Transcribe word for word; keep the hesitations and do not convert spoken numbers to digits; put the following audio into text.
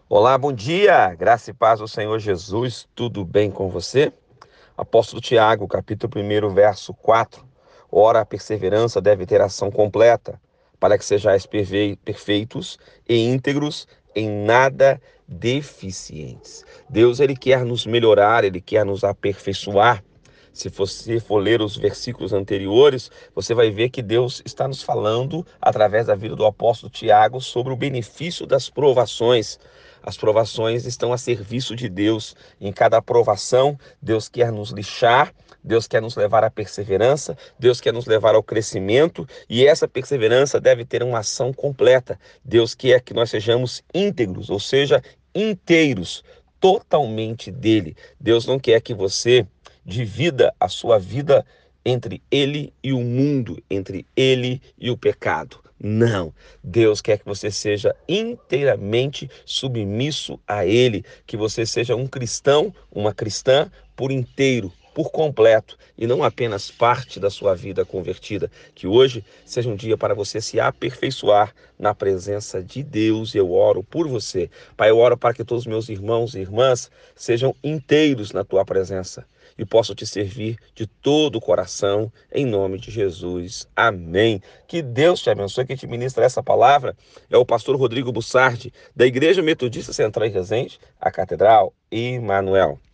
Olá, bom dia, graça e paz do Senhor Jesus, tudo bem com você? Apóstolo Tiago, capítulo primeiro, verso quatro. Ora, a perseverança deve ter ação completa, para que sejais perve- perfeitos e íntegros, em nada deficientes. Deus, Ele quer nos melhorar, Ele quer nos aperfeiçoar. Se você for ler os versículos anteriores, você vai ver que Deus está nos falando, através da vida do apóstolo Tiago, sobre o benefício das provações. As provações estão a serviço de Deus. Em cada provação, Deus quer nos lixar, Deus quer nos levar à perseverança, Deus quer nos levar ao crescimento, e essa perseverança deve ter uma ação completa. Deus quer que nós sejamos íntegros, ou seja, inteiros, totalmente dele. Deus não quer que você divida a sua vida entre ele e o mundo, entre ele e o pecado. Não, Deus quer que você seja inteiramente submisso a Ele, que você seja um cristão, uma cristã por inteiro, por completo, e não apenas parte da sua vida convertida. Que hoje seja um dia para você se aperfeiçoar na presença de Deus. Eu oro por você. Pai, eu oro para que todos os meus irmãos e irmãs sejam inteiros na tua presença e possam te servir de todo o coração, em nome de Jesus. Amém. Que Deus te abençoe. Quem te ministra essa palavra é o pastor Rodrigo Bussardi, da Igreja Metodista Central em Resende, a Catedral Emanuel.